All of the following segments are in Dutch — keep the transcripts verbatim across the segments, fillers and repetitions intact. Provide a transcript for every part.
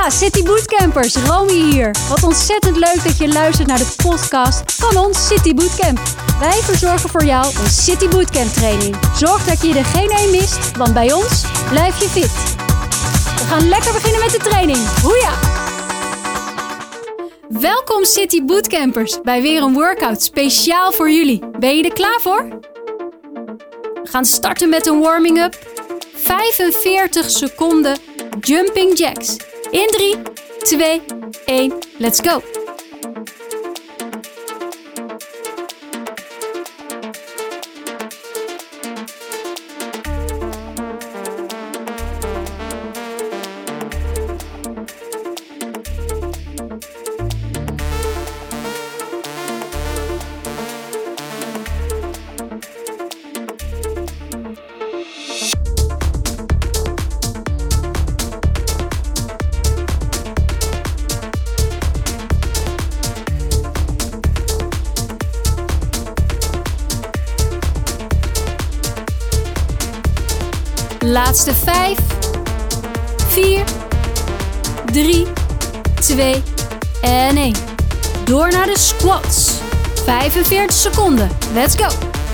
City Bootcampers, Romy hier. Wat ontzettend leuk dat je luistert naar de podcast van ons City Bootcamp. Wij verzorgen voor jou een City Bootcamp training. Zorg dat je er geen één mist, want bij ons blijf je fit. We gaan lekker beginnen met de training. Hoeja! Welkom City Bootcampers bij weer een workout speciaal voor jullie. Ben je er klaar voor? We gaan starten met een warming-up. vijfenveertig seconden jumping jacks. In drie, twee, één, let's go! Laatste vijf, vier, drie, twee en één. Door naar de squats. vijfenveertig seconden. Let's go!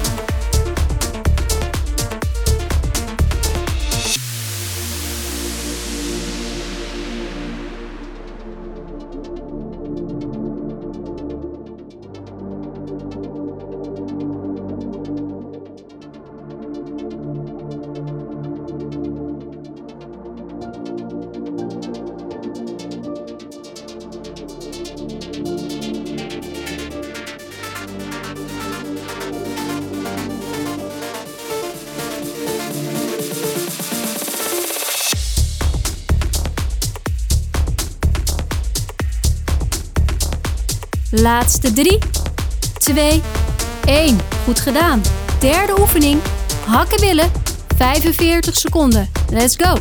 Laatste drie, twee, één. Goed gedaan. Derde oefening. Hakkenbillen. vijfenveertig seconden. Let's go.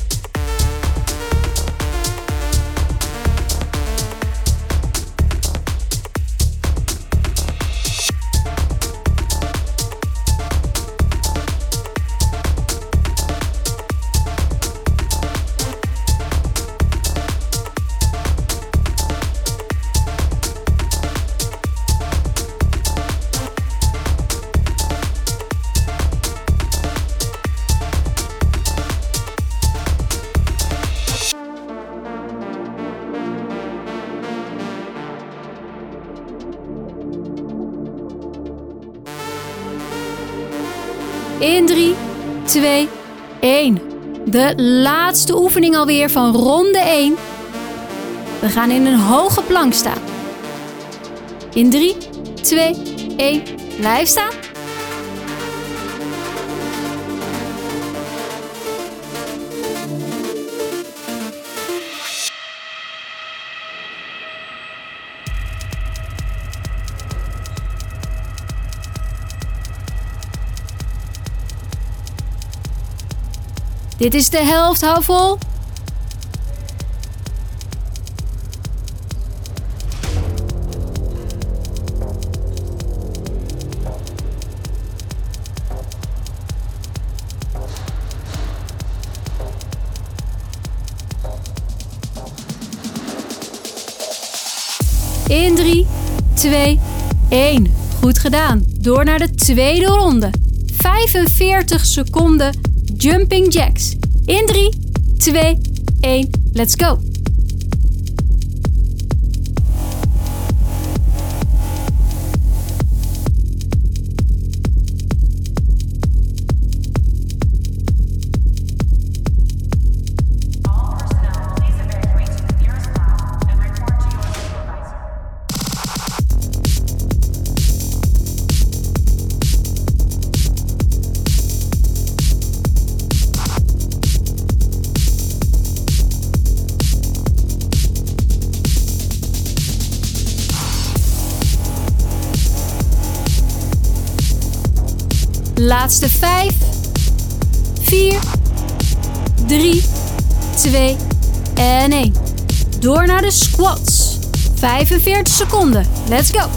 In drie, twee, één. De laatste oefening alweer van ronde één. We gaan in een hoge plank staan. In drie, twee, één. Blijf staan. Dit is de helft, hou vol. In drie, twee, één. Goed gedaan. Door naar de tweede ronde. vijfenveertig seconden jumping jacks. In drie, twee, één. Let's go! Laatste vijf, vier, drie, twee en één. Door naar de squats. vijfenveertig seconden. Let's go!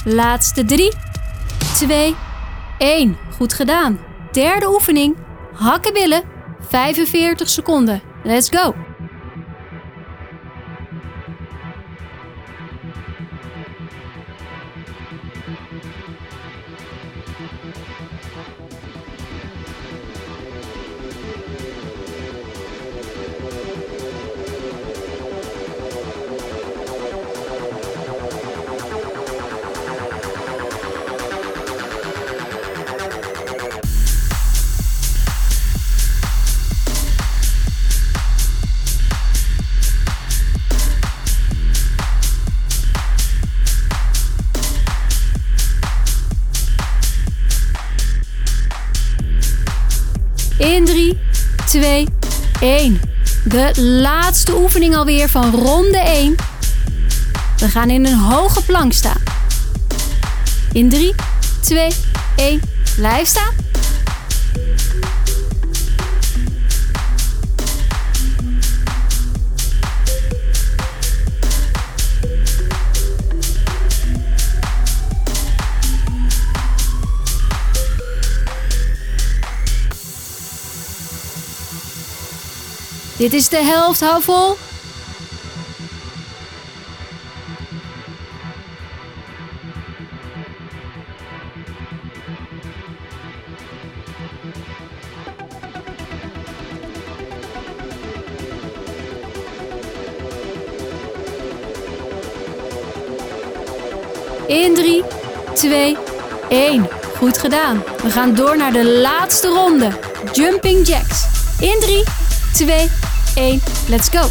Laatste drie, twee, één. Goed gedaan. Derde oefening. Hakkenbillen. vijfenveertig seconden. Let's go. In drie, twee, één. De laatste oefening alweer van ronde één. We gaan in een hoge plank staan. In drie, twee, één. Blijf staan. Dit is de helft, hou vol. In drie, twee, één. Goed gedaan. We gaan door naar de laatste ronde. Jumping jacks. In drie, twee, één. Let's go.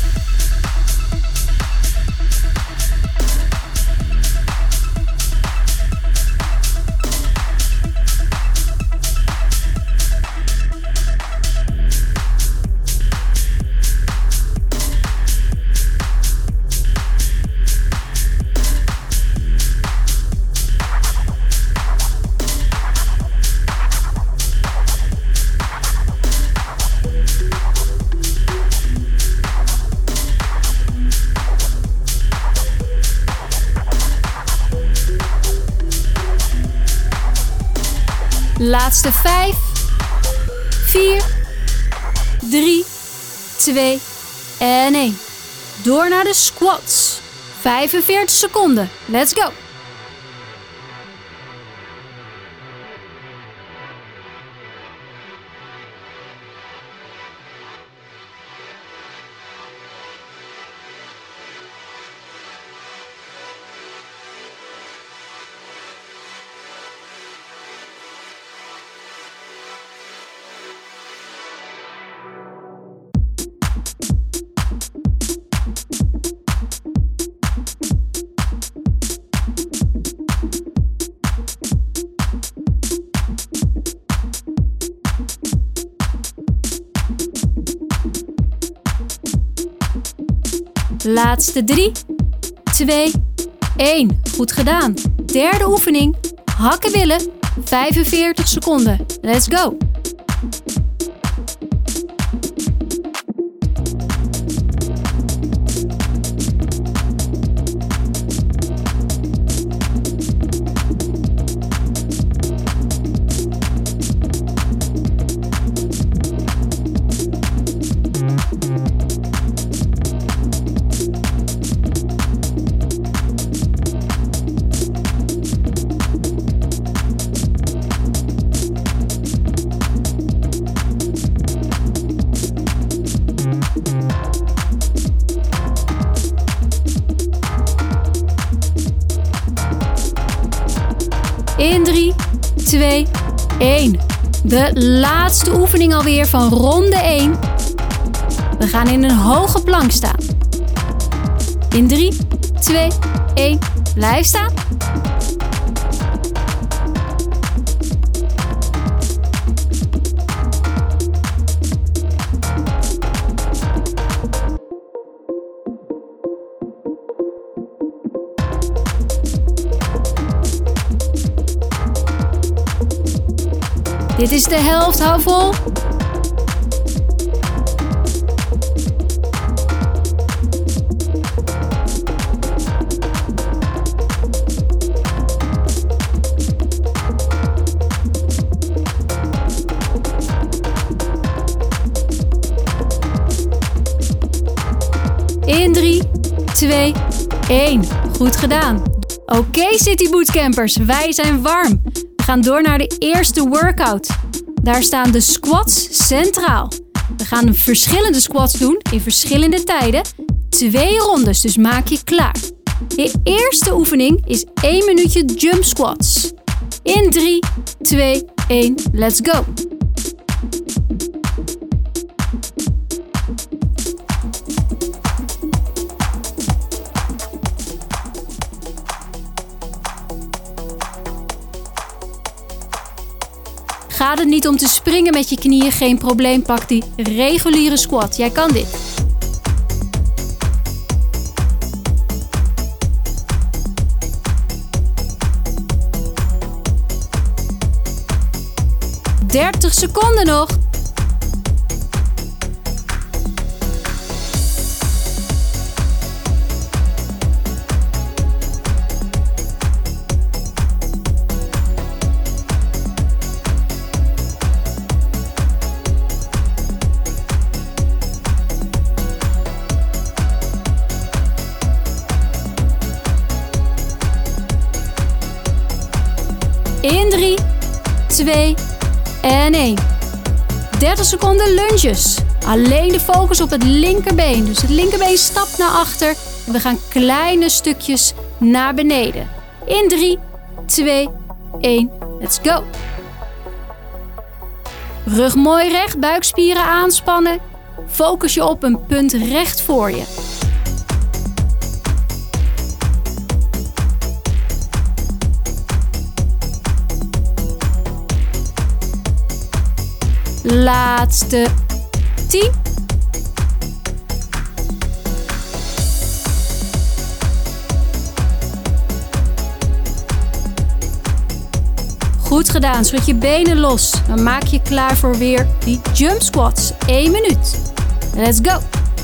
Laatste vijf, vier, drie, twee en één. Door naar de squats. vijfenveertig seconden. Let's go. Laatste drie, twee, één. Goed gedaan. Derde oefening. Hakkenbillen. vijfenveertig seconden. Let's go. In drie, twee, één. De laatste oefening alweer van ronde één. We gaan in een hoge plank staan. In drie, twee, één. Blijf staan. Dit is de helft, hou vol. In drie, twee, één. Goed gedaan. Oké okay, City Bootcampers, wij zijn warm. We gaan door naar de eerste workout. Daar staan de squats centraal. We gaan verschillende squats doen in verschillende tijden. Twee rondes, dus maak je klaar. De eerste oefening is één minuutje jump squats. In drie, twee, één, let's go. Gaat het niet om te springen met je knieën? Geen probleem, pak die reguliere squat. Jij kan dit. dertig seconden nog. In drie, twee en één. dertig seconden lunges. Alleen de focus op het linkerbeen. Dus het linkerbeen stapt naar achter. En we gaan kleine stukjes naar beneden. In drie, twee, één. Let's go. Rug mooi recht, buikspieren aanspannen. Focus je op een punt recht voor je. Laatste tien. Goed gedaan, schud je benen los. Dan maak je klaar voor weer die jump squats. één minuut. Let's go.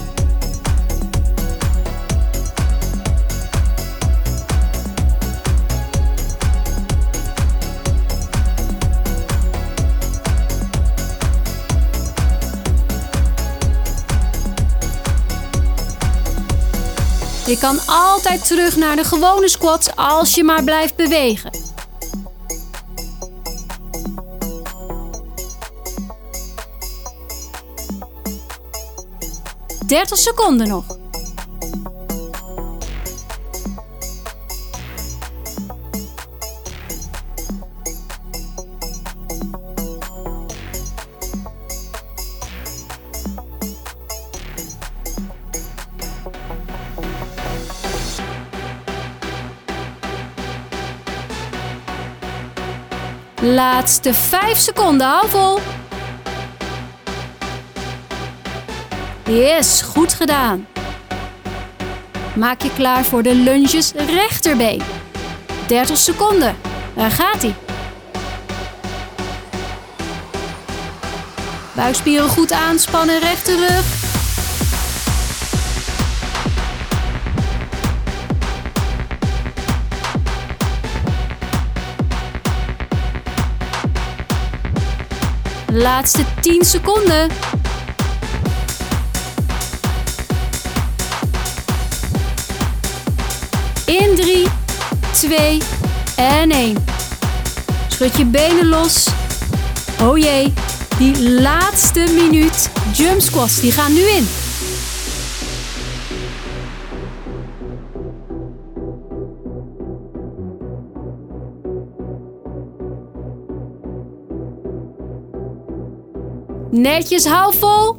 Je kan altijd terug naar de gewone squats als je maar blijft bewegen. dertig seconden nog. Laatste vijf seconden, hou vol. Yes, goed gedaan. Maak je klaar voor de lunges rechterbeen. dertig seconden, daar gaat ie. Buikspieren goed aanspannen, rechte rug. Laatste tien seconden. In drie, twee en één. Schud je benen los. Oh jee, die laatste minuut jump squats, die gaan nu in. Netjes, hou vol.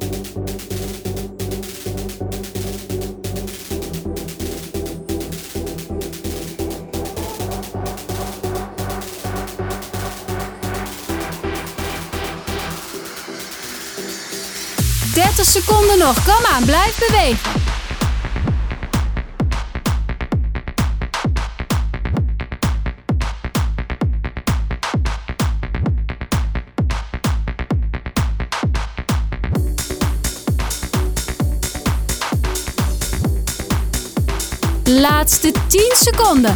dertig seconden nog. Kom aan, blijf bewegen. Laatste tien seconden.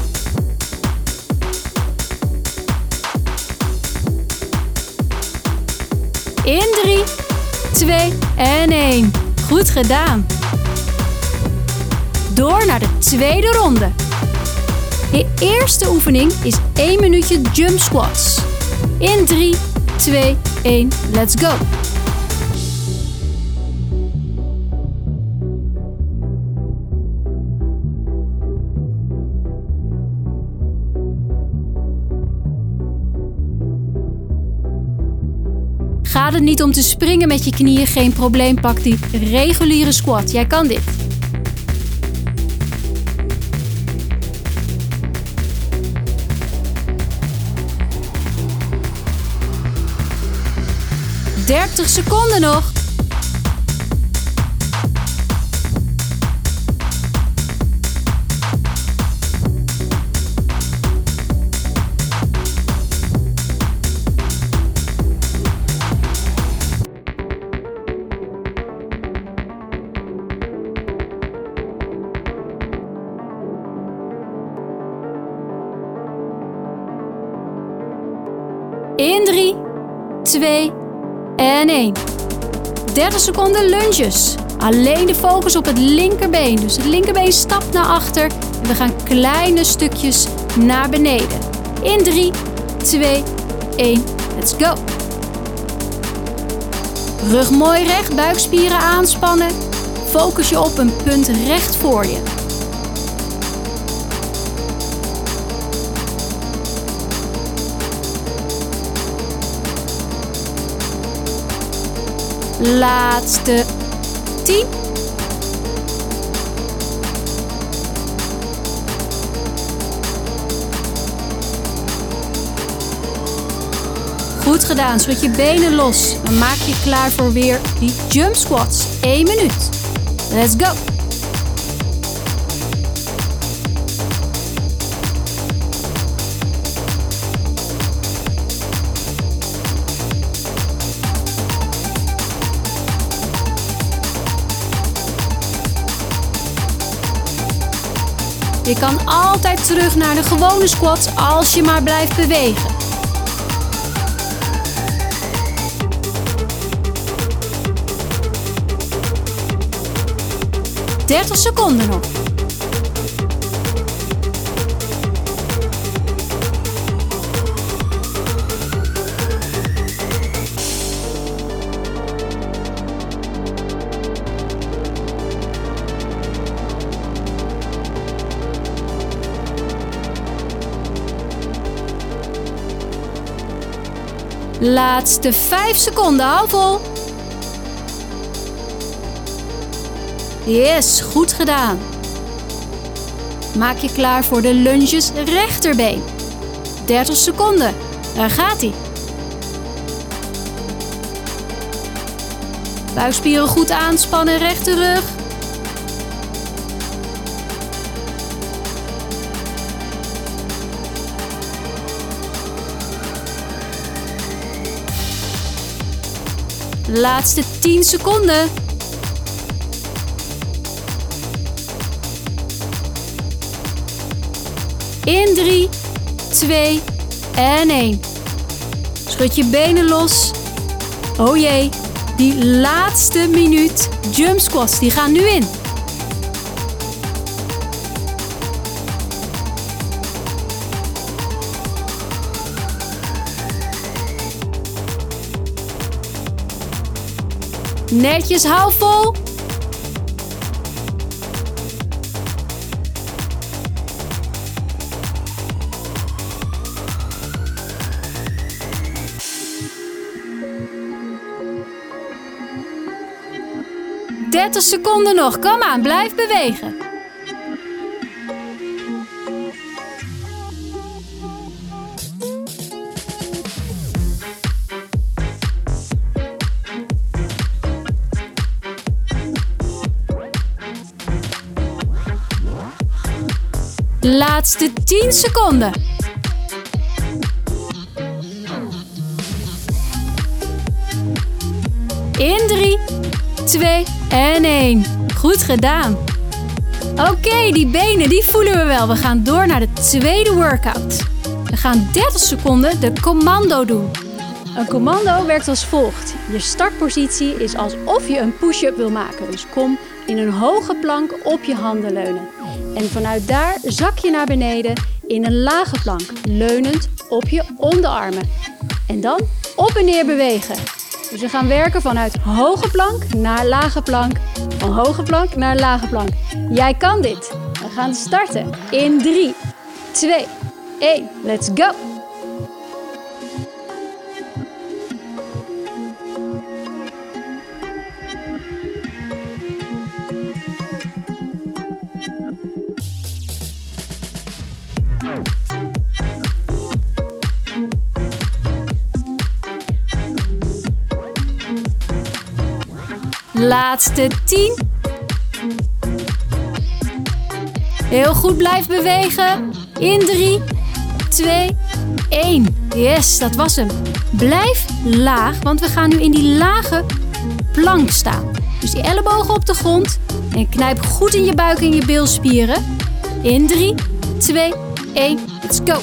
In drie, twee en één. Goed gedaan. door naar de tweede ronde. De eerste oefening is één minuutje jump squats. In drie, twee, één, let's go! Gaat het niet om te springen met je knieën, geen probleem, pak die reguliere squat. Jij kan dit. dertig seconden nog. In drie, twee en één. dertig seconden lunges. Alleen de focus op het linkerbeen. Dus het linkerbeen stapt naar achter. En we gaan kleine stukjes naar beneden. In drie, twee, één. Let's go. Rug mooi recht, buikspieren aanspannen. Focus je op een punt recht voor je. Laatste tien. Goed gedaan, schud je benen los en maak je klaar voor weer die jump squats. één minuut. Let's go! Je kan altijd terug naar de gewone squats als je maar blijft bewegen. dertig seconden nog. Laatste vijf seconden, hou vol. Yes, goed gedaan. Maak je klaar voor de lunges rechterbeen. dertig seconden, daar gaat ie. Buikspieren goed aanspannen, rechte rug. Laatste tien seconden. In drie, twee en één. Schud je benen los. Oh jee, die laatste minuut jump squats, die gaan nu in. Netjes, hou vol. dertig seconden nog. Kom aan, blijf bewegen. Laatste tien seconden. In drie, twee en één. Goed gedaan. Oké, okay, die benen die voelen we wel. We gaan door naar de tweede workout. We gaan dertig seconden de commando doen. Een commando werkt als volgt. Je startpositie is alsof je een push-up wil maken. Dus kom in een hoge plank op je handen leunen. En vanuit daar zak je naar beneden in een lage plank, leunend op je onderarmen. En dan op en neer bewegen. Dus we gaan werken vanuit hoge plank naar lage plank, van hoge plank naar lage plank. Jij kan dit. We gaan starten in drie, twee, één. Let's go! Laatste tien. Heel goed, blijf bewegen. In drie, twee, één. Yes, dat was hem. Blijf laag, want we gaan nu in die lage plank staan. Dus die ellebogen op de grond. En knijp goed in je buik en je bilspieren. In drie, twee, één. Let's go.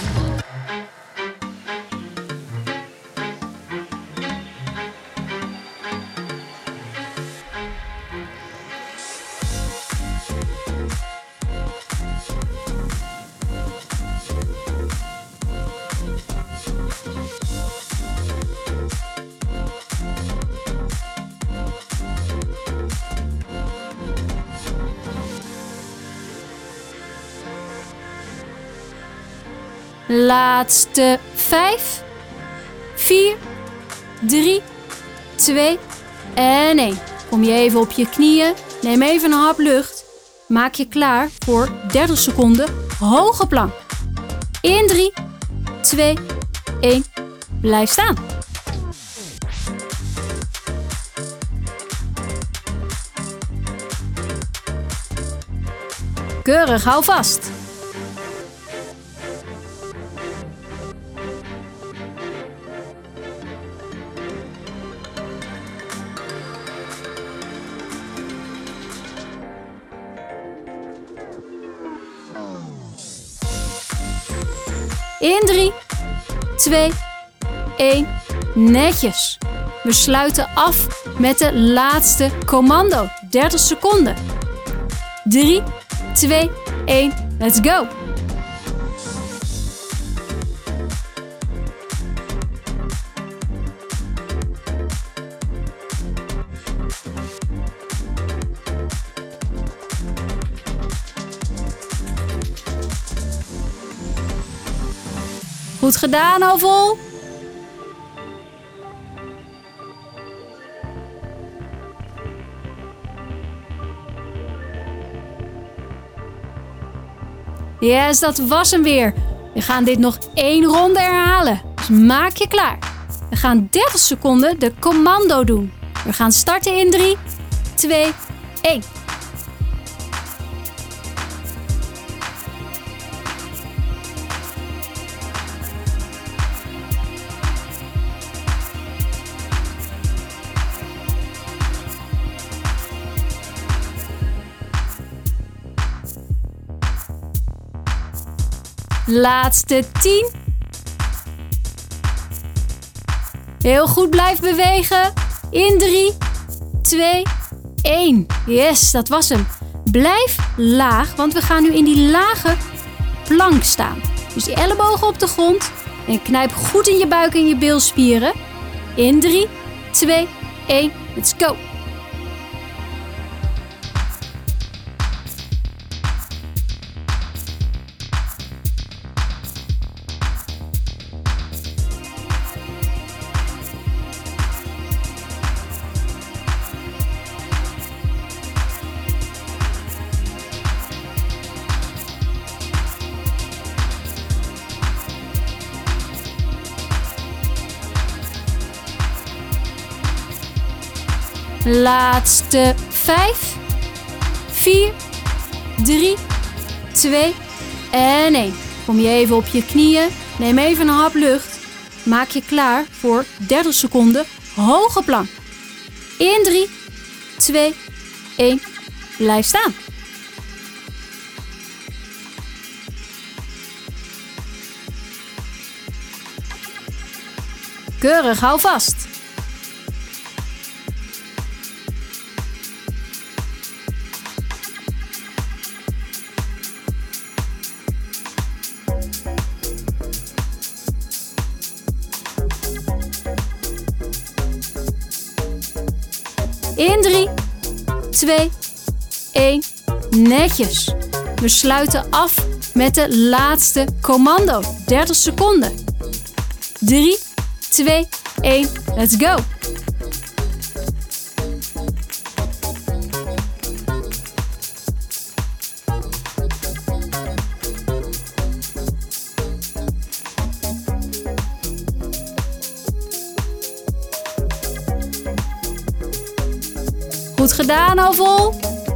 Laatste vijf, vier, drie, twee en één. Kom je even op je knieën. Neem even een hap lucht. Maak je klaar voor dertig seconden hoge plank. In drie, twee, één. Blijf staan. Keurig, hou vast. In drie, twee, één. Netjes. We sluiten af met de laatste commando. dertig seconden. drie, twee, één. Let's go. Goed gedaan, hou vol. Yes, dat was hem weer. We gaan dit nog één ronde herhalen. Dus maak je klaar. We gaan dertig seconden de commando doen. We gaan starten in drie, twee, één. Laatste tien. Heel goed, blijf bewegen. In drie, twee, één. Yes, dat was hem. Blijf laag, want we gaan nu in die lage plank staan. Dus die ellebogen op de grond. En knijp goed in je buik en je bilspieren. In drie, twee, één. Let's go. Laatste vijf, vier, drie, twee en één. Kom je even op je knieën. Neem even een hap lucht. Maak je klaar voor dertig seconden hoge plank. In drie, twee, één. Blijf staan. Keurig, hou vast. In drie, twee, één, netjes. We sluiten af met de laatste commando. dertig seconden. drie, twee, één, let's go. Goed gedaan, hou vol.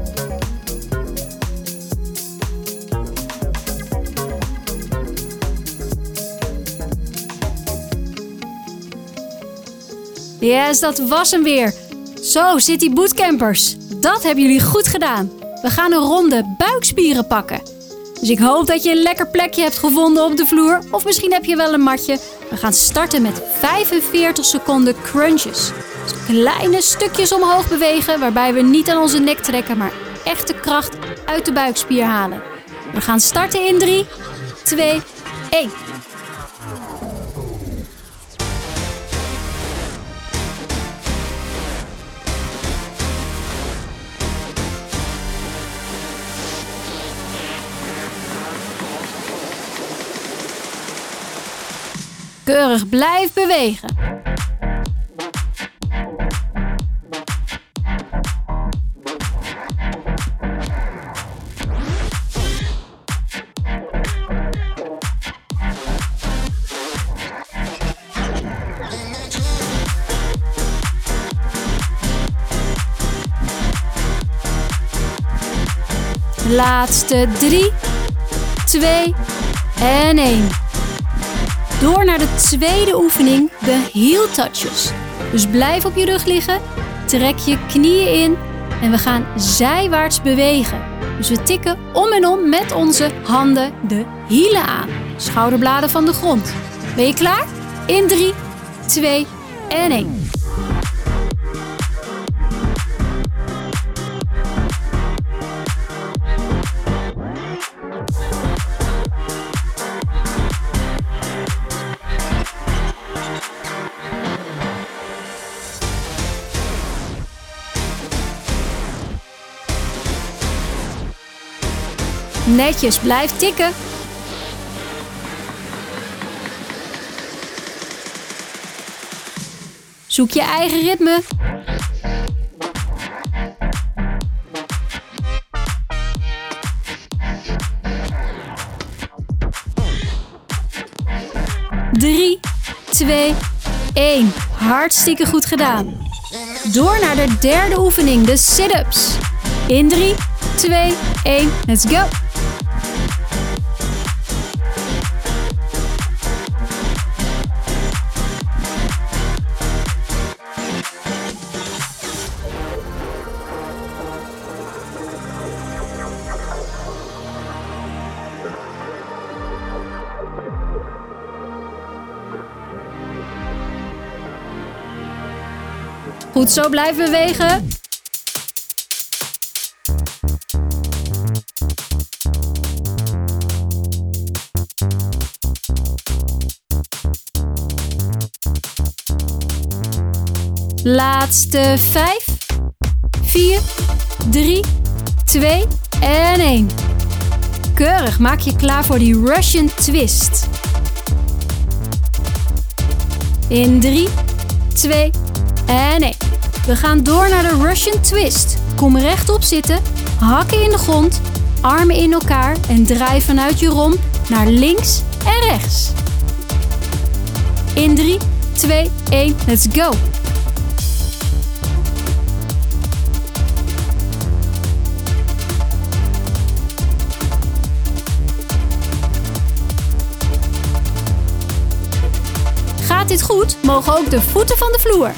Yes, dat was hem weer. Zo, City Bootcampers. Dat hebben jullie goed gedaan. We gaan een ronde buikspieren pakken. Dus ik hoop dat je een lekker plekje hebt gevonden op de vloer. Of misschien heb je wel een matje. We gaan starten met vijfenveertig seconden crunches. Dus kleine stukjes omhoog bewegen, waarbij we niet aan onze nek trekken, maar echte kracht uit de buikspier halen. We gaan starten in drie, twee, één. Keurig, blijf bewegen. Laatste drie, twee en één. Door naar de tweede oefening, de heel touches. Dus blijf op je rug liggen, trek je knieën in en we gaan zijwaarts bewegen. Dus we tikken om en om met onze handen de hielen aan. Schouderbladen van de grond. Ben je klaar? In drie, twee en één. Netjes, blijf tikken. Zoek je eigen ritme. Drie, twee, één. Hartstikke goed gedaan. Door naar de derde oefening, de sit-ups. In drie, twee, één, let's go. Goed zo, blijven bewegen. Laatste vijf, vier, drie, twee en één. Keurig, maak je klaar voor die Russian twist. In drie, twee en één. We gaan door naar de Russian twist. Kom rechtop zitten, hakken in de grond, armen in elkaar en draai vanuit je romp naar links en rechts. In drie, twee, één, let's go! Gaat dit goed, mogen ook de voeten van de vloer.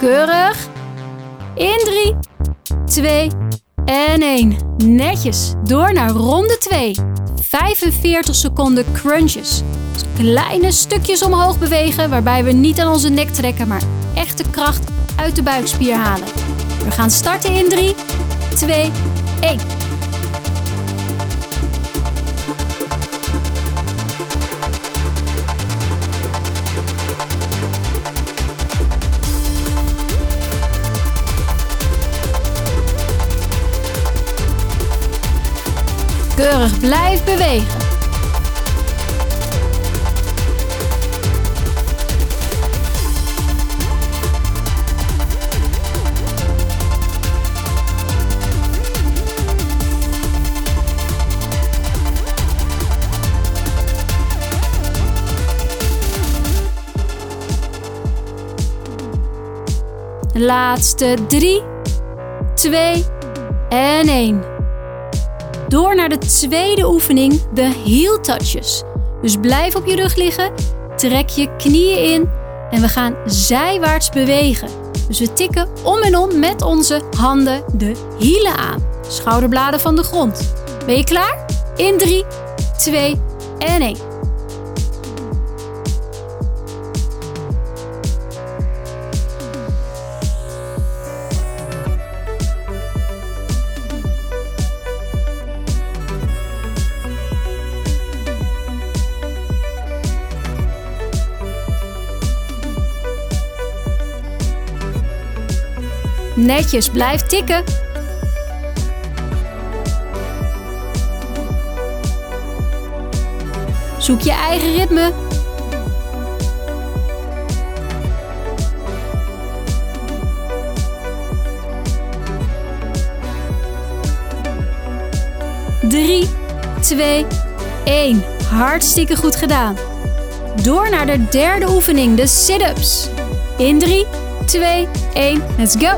Keurig. In drie, twee en één. Netjes. Door naar ronde twee. vijfenveertig seconden crunches. Kleine stukjes omhoog bewegen waarbij we niet aan onze nek trekken, maar echt de kracht uit de buikspier halen. We gaan starten in drie, twee, één. Keurig, blijf bewegen. Laatste drie, twee en één. Door naar de tweede oefening, de heel touches. Dus blijf op je rug liggen, trek je knieën in en we gaan zijwaarts bewegen. Dus we tikken om en om met onze handen de hielen aan. Schouderbladen van de grond. Ben je klaar? In drie, twee en één. Netjes, blijf tikken. Zoek je eigen ritme. drie, twee, één. Hartstikke goed gedaan. Door naar de derde oefening, de sit-ups. In drie, twee, één, let's go!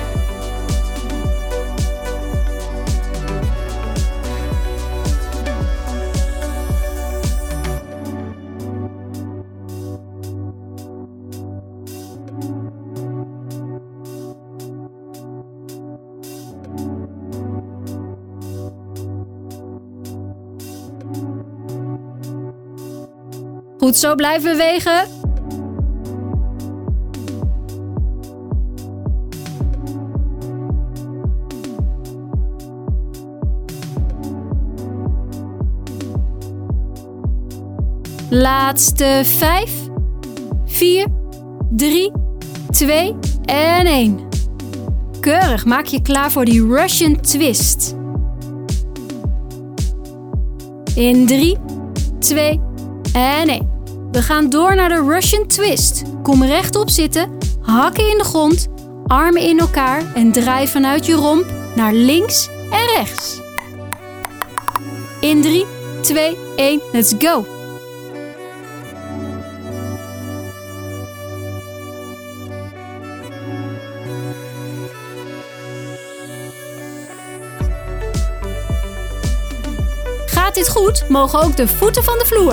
Goed zo, blijf bewegen. Laatste vijf, vier, drie, twee en één. Keurig, maak je klaar voor die Russian twist. In drie, twee en één. We gaan door naar de Russian twist. Kom rechtop zitten, hakken in de grond, armen in elkaar en draai vanuit je romp naar links en rechts. In drie, twee, één, let's go! Gaat dit goed, mogen ook de voeten van de vloer.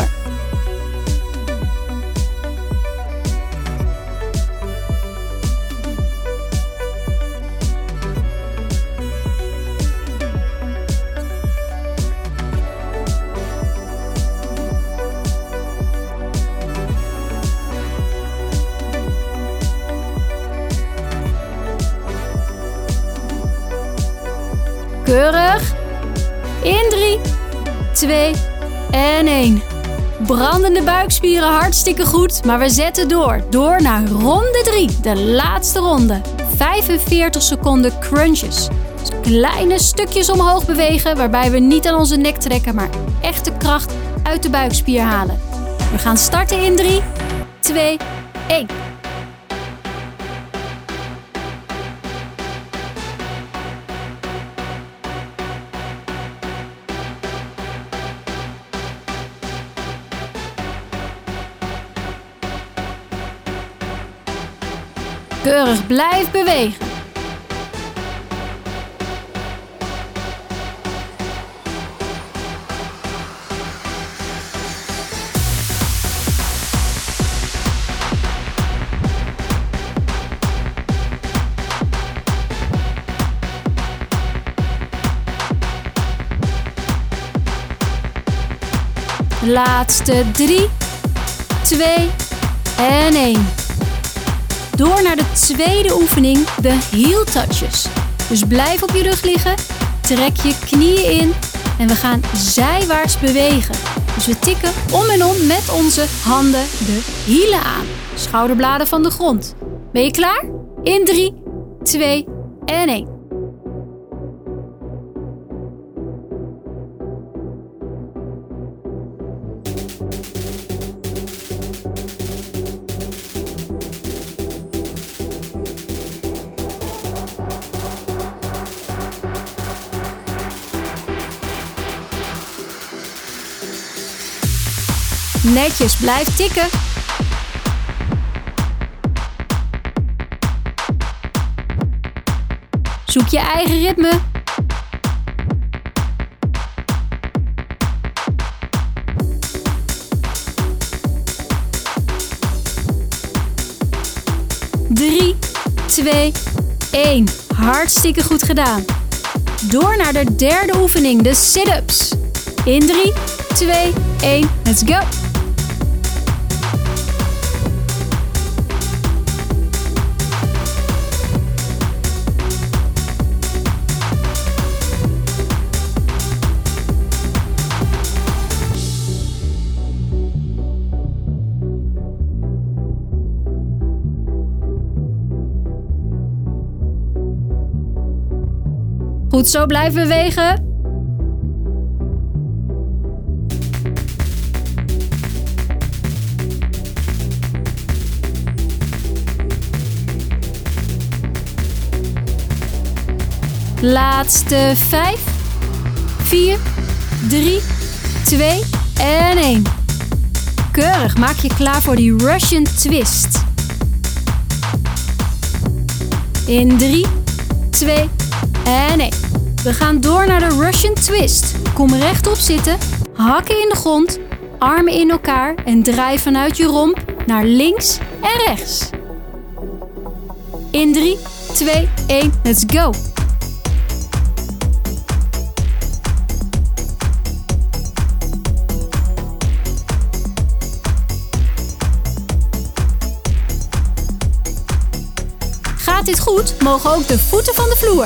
Keurig. In drie, twee en één. Brandende buikspieren, hartstikke goed. Maar we zetten door. Door naar ronde drie. De laatste ronde. vijfenveertig seconden crunches. Dus kleine stukjes omhoog bewegen. Waarbij we niet aan onze nek trekken. Maar echt de kracht uit de buikspier halen. We gaan starten in drie, twee, één. Keurig, blijf bewegen. Laatste drie, twee en één. Door naar de tweede oefening, de heel touches. Dus blijf op je rug liggen, trek je knieën in en we gaan zijwaarts bewegen. Dus we tikken om en om met onze handen de hielen aan. Schouderbladen van de grond. Ben je klaar? In drie, twee en één. Netjes, blijf tikken. Zoek je eigen ritme. drie, twee, één. Hartstikke goed gedaan. Door naar de derde oefening, de sit-ups. In drie, twee, één, let's go! Goed zo, blijven bewegen. Laatste vijf, vier, drie, twee en één. Keurig, maak je klaar voor die Russian twist. In drie, twee en één. We gaan door naar de Russian twist. Kom rechtop zitten, hakken in de grond, armen in elkaar en draai vanuit je romp naar links en rechts. In drie, twee, één, let's go! Gaat dit goed, mogen ook de voeten van de vloer.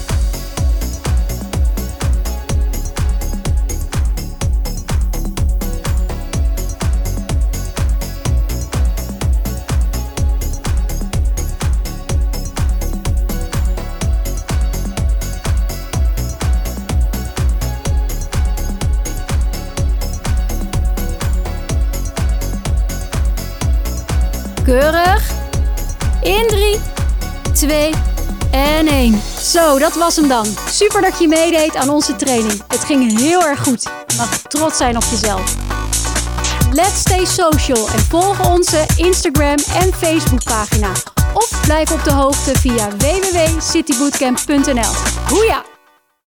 Keurig. In drie, twee en één. Zo, dat was hem dan. Super dat je meedeed aan onze training. Het ging heel erg goed. Je mag trots zijn op jezelf. Let's stay social en volg onze Instagram en Facebook pagina. Of blijf op de hoogte via w w w punt citybootcamp punt n l. Hoeja!